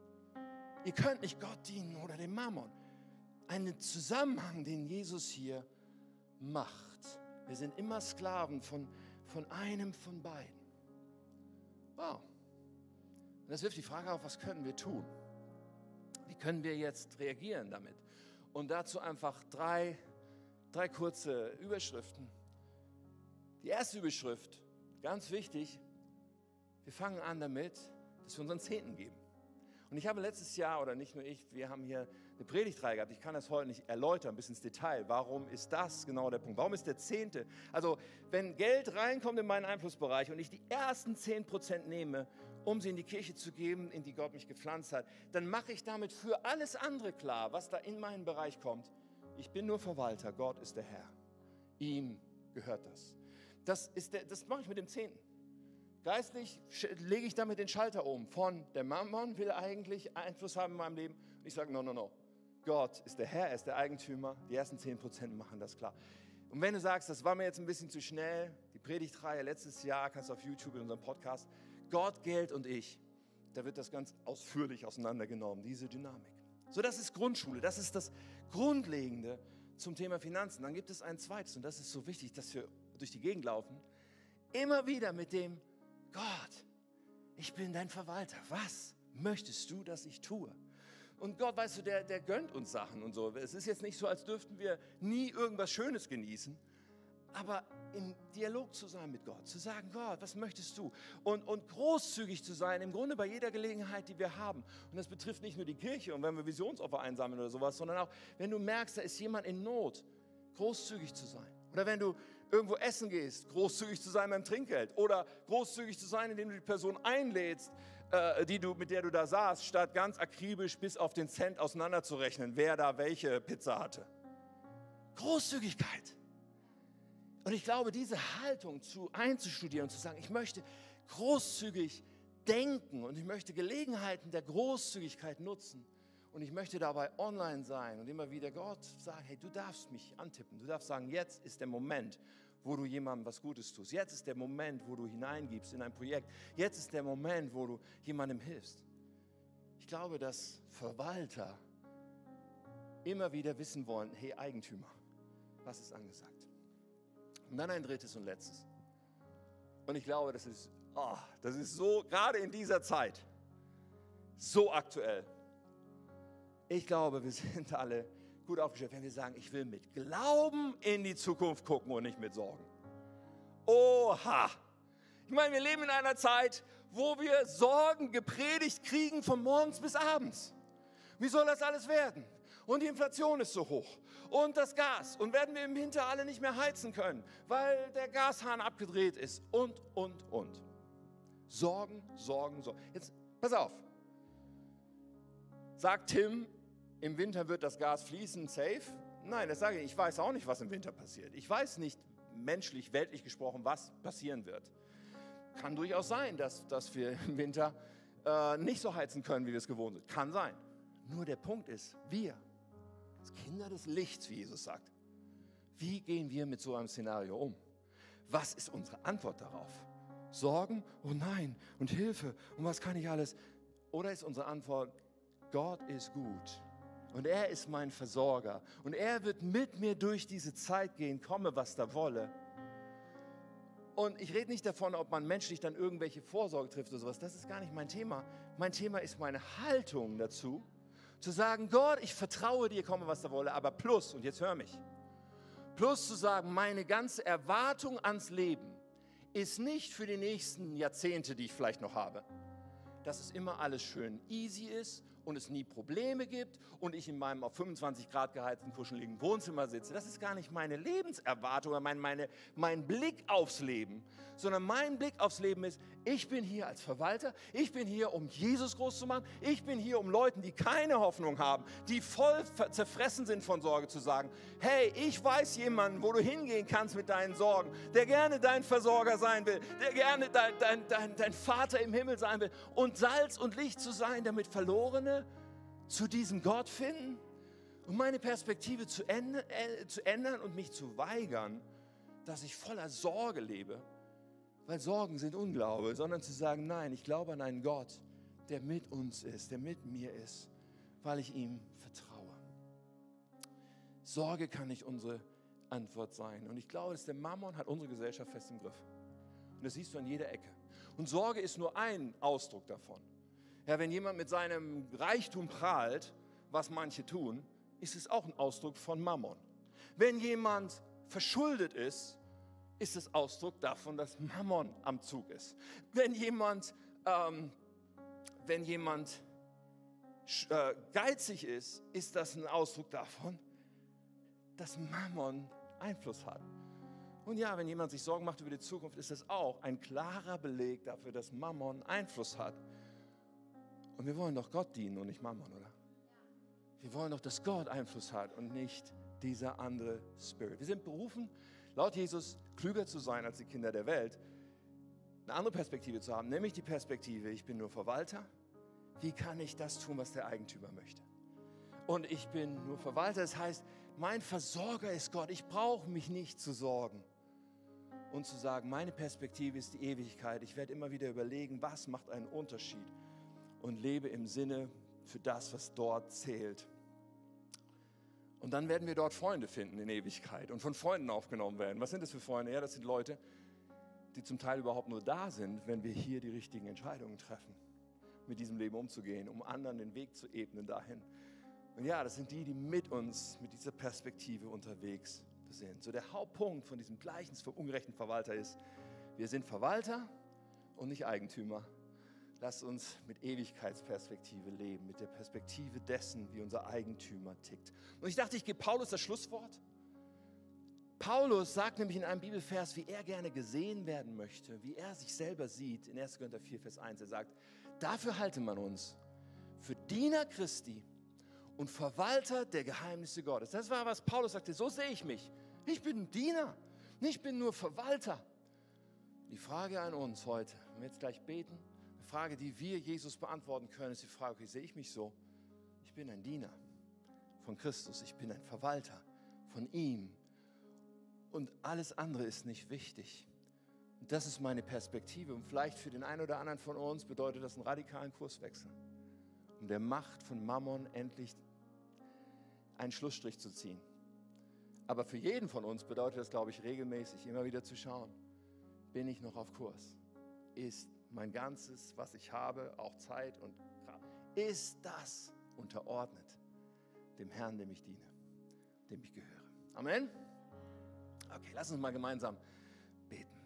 Ihr könnt nicht Gott dienen oder dem Mammon. Einen Zusammenhang, den Jesus hier macht. Wir sind immer Sklaven von, von einem von beiden. Wow. Und das wirft die Frage auf, was können wir tun? Wie können wir jetzt reagieren damit? Und dazu einfach drei, drei kurze Überschriften. Die erste Überschrift, ganz wichtig, wir fangen an damit, dass wir unseren Zehnten geben. Und ich habe letztes Jahr, oder nicht nur ich, wir haben hier eine Predigtreihe gehabt. Ich kann das heute nicht erläutern, bis ins Detail. Warum ist das genau der Punkt? Warum ist der Zehnte? Also, wenn Geld reinkommt in meinen Einflussbereich und ich die ersten zehn Prozent nehme, um sie in die Kirche zu geben, in die Gott mich gepflanzt hat, dann mache ich damit für alles andere klar, was da in meinen Bereich kommt. Ich bin nur Verwalter, Gott ist der Herr. Ihm gehört das. Das, ist der, das mache ich mit dem Zehnten. Geistlich lege ich damit den Schalter um. Von der Mammon will eigentlich Einfluss haben in meinem Leben. Und ich sage, no, no, no. Gott ist der Herr, er ist der Eigentümer. Die ersten zehn Prozent machen das klar. Und wenn du sagst, das war mir jetzt ein bisschen zu schnell, die Predigtreihe letztes Jahr, kannst du auf YouTube in unserem Podcast, Gott, Geld und ich, da wird das ganz ausführlich auseinandergenommen, diese Dynamik. So, das ist Grundschule, das ist das Grundlegende zum Thema Finanzen. Dann gibt es ein zweites, und das ist so wichtig, dass wir durch die Gegend laufen, immer wieder mit dem, Gott, ich bin dein Verwalter. Was möchtest du, dass ich tue? Und Gott, weißt du, der, der gönnt uns Sachen und so. Es ist jetzt nicht so, als dürften wir nie irgendwas Schönes genießen, aber im Dialog zu sein mit Gott, zu sagen, Gott, was möchtest du? Und, und großzügig zu sein, im Grunde bei jeder Gelegenheit, die wir haben. Und das betrifft nicht nur die Kirche und wenn wir Visionsopfer einsammeln oder sowas, sondern auch, wenn du merkst, da ist jemand in Not, großzügig zu sein. Oder wenn du irgendwo essen gehst, großzügig zu sein beim Trinkgeld. Oder großzügig zu sein, indem du die Person einlädst, äh, die du, mit der du da saßt, statt ganz akribisch bis auf den Cent auseinanderzurechnen, wer da welche Pizza hatte. Großzügigkeit. Und ich glaube, diese Haltung zu einzustudieren und zu sagen, ich möchte großzügig denken und ich möchte Gelegenheiten der Großzügigkeit nutzen. Und ich möchte dabei online sein und immer wieder Gott sagen, hey, du darfst mich antippen. Du darfst sagen, jetzt ist der Moment, wo du jemandem was Gutes tust. Jetzt ist der Moment, wo du hineingibst in ein Projekt. Jetzt ist der Moment, wo du jemandem hilfst. Ich glaube, dass Verwalter immer wieder wissen wollen, hey, Eigentümer, was ist angesagt? Und dann ein drittes und letztes. Und ich glaube, das ist, oh, das ist so, gerade in dieser Zeit, so aktuell. Ich glaube, wir sind alle gut aufgestellt, wenn wir sagen, ich will mit Glauben in die Zukunft gucken und nicht mit Sorgen. Oha! Ich meine, wir leben in einer Zeit, wo wir Sorgen gepredigt kriegen von morgens bis abends. Wie soll das alles werden? Und die Inflation ist so hoch. Und das Gas. Und werden wir im Winter alle nicht mehr heizen können, weil der Gashahn abgedreht ist. Und, und, und. Sorgen, Sorgen, Sorgen. Jetzt, pass auf. Sagt Tim, im Winter wird das Gas fließen, safe? Nein, das sage ich. Ich weiß auch nicht, was im Winter passiert. Ich weiß nicht, menschlich, weltlich gesprochen, was passieren wird. Kann durchaus sein, dass, dass wir im Winter äh, nicht so heizen können, wie wir es gewohnt sind. Kann sein. Nur der Punkt ist, wir, als Kinder des Lichts, wie Jesus sagt, wie gehen wir mit so einem Szenario um? Was ist unsere Antwort darauf? Sorgen? Oh nein, und Hilfe, und was kann ich alles? Oder ist unsere Antwort, Gott ist gut und er ist mein Versorger und er wird mit mir durch diese Zeit gehen, komme was da wolle. Und ich rede nicht davon, ob man menschlich dann irgendwelche Vorsorge trifft oder sowas, das ist gar nicht mein Thema. Mein Thema ist meine Haltung dazu, Zu sagen, Gott, ich vertraue dir, komme was da wolle, aber plus, und jetzt hör mich, plus zu sagen, meine ganze Erwartung ans Leben ist nicht für die nächsten Jahrzehnte, die ich vielleicht noch habe, dass es immer alles schön easy ist und es nie Probleme gibt und ich in meinem auf fünfundzwanzig Grad geheizten, kuscheligen Wohnzimmer sitze. Das ist gar nicht meine Lebenserwartung oder mein, meine, mein Blick aufs Leben, sondern mein Blick aufs Leben ist, ich bin hier als Verwalter, ich bin hier, um Jesus groß zu machen, ich bin hier, um Leuten, die keine Hoffnung haben, die voll zerfressen sind von Sorge, zu sagen, hey, ich weiß jemanden, wo du hingehen kannst mit deinen Sorgen, der gerne dein Versorger sein will, der gerne dein, dein, dein, dein Vater im Himmel sein will und Salz und Licht zu sein, damit Verlorene zu diesem Gott finden und meine Perspektive zu ändern, äh, zu ändern und mich zu weigern, dass ich voller Sorge lebe, weil Sorgen sind Unglaube, sondern zu sagen, nein, ich glaube an einen Gott, der mit uns ist, der mit mir ist, weil ich ihm vertraue. Sorge kann nicht unsere Antwort sein. Und ich glaube, dass der Mammon hat unsere Gesellschaft fest im Griff. Und das siehst du an jeder Ecke. Und Sorge ist nur ein Ausdruck davon. Ja, wenn jemand mit seinem Reichtum prahlt, was manche tun, ist es auch ein Ausdruck von Mammon. Wenn jemand verschuldet ist, ist es Ausdruck davon, dass Mammon am Zug ist. Wenn jemand, ähm, wenn jemand äh, geizig ist, ist das ein Ausdruck davon, dass Mammon Einfluss hat. Und ja, wenn jemand sich Sorgen macht über die Zukunft, ist das auch ein klarer Beleg dafür, dass Mammon Einfluss hat. Und wir wollen doch Gott dienen und nicht Mammon, oder? Wir wollen doch, dass Gott Einfluss hat und nicht dieser andere Spirit. Wir sind berufen, laut Jesus klüger zu sein als die Kinder der Welt, eine andere Perspektive zu haben, nämlich die Perspektive, ich bin nur Verwalter. Wie kann ich das tun, was der Eigentümer möchte? Und ich bin nur Verwalter, das heißt, mein Versorger ist Gott, ich brauche mich nicht zu sorgen. Und zu sagen, meine Perspektive ist die Ewigkeit, ich werde immer wieder überlegen, was macht einen Unterschied und lebe im Sinne für das, was dort zählt. Und dann werden wir dort Freunde finden in Ewigkeit und von Freunden aufgenommen werden. Was sind das für Freunde? Ja, das sind Leute, die zum Teil überhaupt nur da sind, wenn wir hier die richtigen Entscheidungen treffen, mit diesem Leben umzugehen, um anderen den Weg zu ebnen dahin. Und ja, das sind die, die mit uns, mit dieser Perspektive unterwegs sind. So der Hauptpunkt von diesem Gleichnis vom ungerechten Verwalter ist, wir sind Verwalter und nicht Eigentümer. Lasst uns mit Ewigkeitsperspektive leben, mit der Perspektive dessen, wie unser Eigentümer tickt. Und ich dachte, ich gebe Paulus das Schlusswort. Paulus sagt nämlich in einem Bibelvers, wie er gerne gesehen werden möchte, wie er sich selber sieht, in erster Korinther vier, Vers eins. Er sagt, dafür halte man uns für Diener Christi und Verwalter der Geheimnisse Gottes. Das war, was Paulus sagte, so sehe ich mich. Ich bin ein Diener, ich bin nur Verwalter. Die Frage an uns heute, wenn wir jetzt gleich beten, Frage, die wir Jesus beantworten können, ist die Frage, okay, sehe ich mich so? Ich bin ein Diener von Christus, ich bin ein Verwalter von ihm und alles andere ist nicht wichtig. Und das ist meine Perspektive und vielleicht für den einen oder anderen von uns bedeutet das einen radikalen Kurswechsel, um der Macht von Mammon endlich einen Schlussstrich zu ziehen. Aber für jeden von uns bedeutet das, glaube ich, regelmäßig immer wieder zu schauen, bin ich noch auf Kurs? Ist mein Ganzes, was ich habe, auch Zeit und Kraft, ist das unterordnet dem Herrn, dem ich diene, dem ich gehöre. Amen? Okay, lass uns mal gemeinsam beten.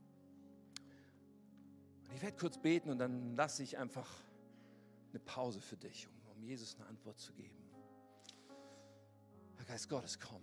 Und ich werde kurz beten und dann lasse ich einfach eine Pause für dich, um, um Jesus eine Antwort zu geben. Herr Geist Gottes, komm.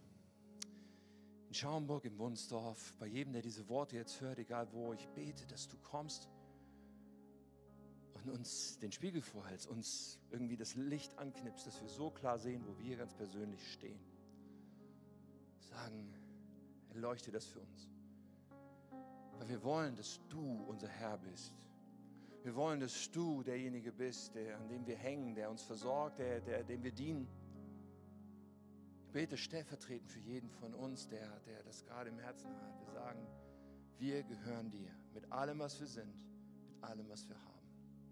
In Schaumburg, in Wunsdorf, bei jedem, der diese Worte jetzt hört, egal wo, ich bete, dass du kommst und uns den Spiegel vorhältst, uns irgendwie das Licht anknipst, dass wir so klar sehen, wo wir ganz persönlich stehen. Sagen, erleuchte das für uns. Weil wir wollen, dass du unser Herr bist. Wir wollen, dass du derjenige bist, der, an dem wir hängen, der uns versorgt, der, der, dem wir dienen. Ich bete stellvertretend für jeden von uns, der, der das gerade im Herzen hat. Wir sagen, wir gehören dir mit allem, was wir sind, mit allem, was wir haben.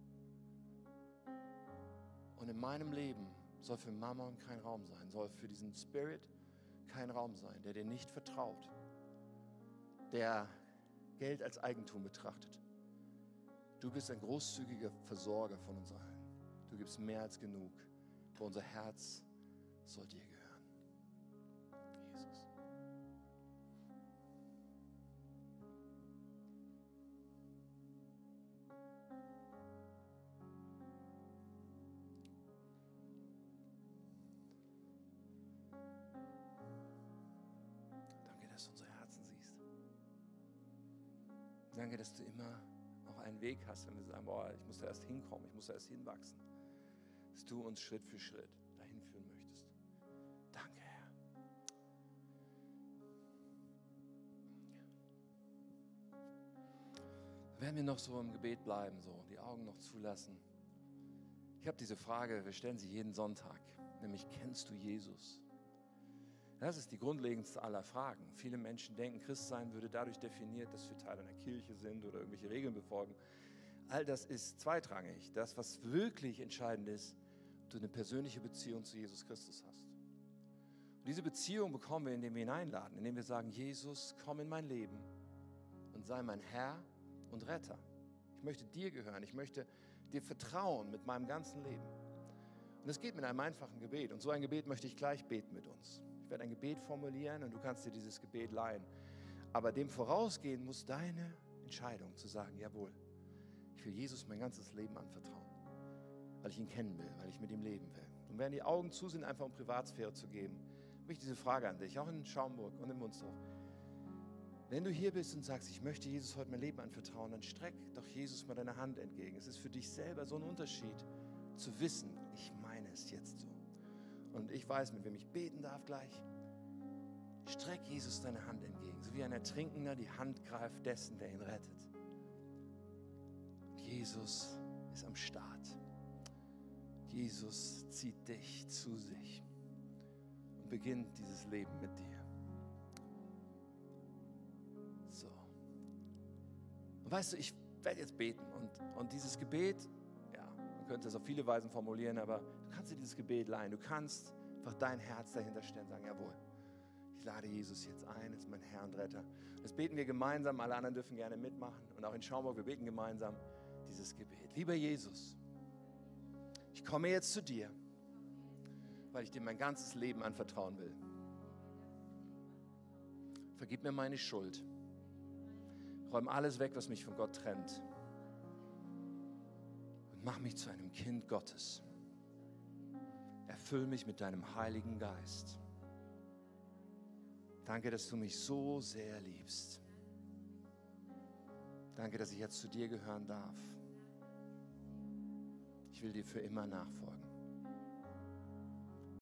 Und in meinem Leben soll für Mammon kein Raum sein, soll für diesen Spirit kein Raum sein, der dir nicht vertraut, der Geld als Eigentum betrachtet. Du bist ein großzügiger Versorger von uns allen. Du gibst mehr als genug. Aber unser Herz soll dir gehören. Jesus. Danke, dass du unsere Herzen siehst. Danke, dass du immer auch einen Weg hast, wenn wir sagen, boah, ich muss da erst hinkommen, ich muss da erst hinwachsen. Dass du uns Schritt für Schritt dahin führen möchtest. Danke, Herr. Werden wir noch so im Gebet bleiben, so die Augen noch zulassen. Ich habe diese Frage, wir stellen sie jeden Sonntag, nämlich kennst du Jesus? Das ist die grundlegendste aller Fragen. Viele Menschen denken, Christsein würde dadurch definiert, dass wir Teil einer Kirche sind oder irgendwelche Regeln befolgen. All das ist zweitrangig. Das, was wirklich entscheidend ist, ob du eine persönliche Beziehung zu Jesus Christus hast. Und diese Beziehung bekommen wir, indem wir ihn einladen, indem wir sagen, Jesus, komm in mein Leben und sei mein Herr und Retter. Ich möchte dir gehören, ich möchte dir vertrauen mit meinem ganzen Leben. Und es geht mit einem einfachen Gebet. Und so ein Gebet möchte ich gleich beten mit uns. Ich werde ein Gebet formulieren und du kannst dir dieses Gebet leihen. Aber dem vorausgehen muss deine Entscheidung zu sagen, jawohl, ich will Jesus mein ganzes Leben anvertrauen, weil ich ihn kennen will, weil ich mit ihm leben will. Und während die Augen zu sind, einfach um Privatsphäre zu geben, habe ich diese Frage an dich, auch in Schaumburg und in Munster. Wenn du hier bist und sagst, ich möchte Jesus heute mein Leben anvertrauen, dann streck doch Jesus mal deine Hand entgegen. Es ist für dich selber so ein Unterschied, zu wissen, ich meine es jetzt so. Und ich weiß, mit wem ich beten darf gleich. Streck Jesus deine Hand entgegen, so wie ein Ertrinkender die Hand greift dessen, der ihn rettet. Jesus ist am Start. Jesus zieht dich zu sich und beginnt dieses Leben mit dir. So. Und weißt du, ich werde jetzt beten und, und dieses Gebet, ja, man könnte es auf viele Weisen formulieren, aber du kannst dir dieses Gebet leihen. Du kannst einfach dein Herz dahinter stellen und sagen, jawohl, ich lade Jesus jetzt ein, als mein Herr und Retter. Das beten wir gemeinsam, alle anderen dürfen gerne mitmachen. Und auch in Schaumburg, wir beten gemeinsam dieses Gebet. Lieber Jesus, ich komme jetzt zu dir, weil ich dir mein ganzes Leben anvertrauen will. Vergib mir meine Schuld. Räum alles weg, was mich von Gott trennt. Und mach mich zu einem Kind Gottes. Erfüll mich mit deinem Heiligen Geist. Danke, dass du mich so sehr liebst. Danke, dass ich jetzt zu dir gehören darf. Ich will dir für immer nachfolgen.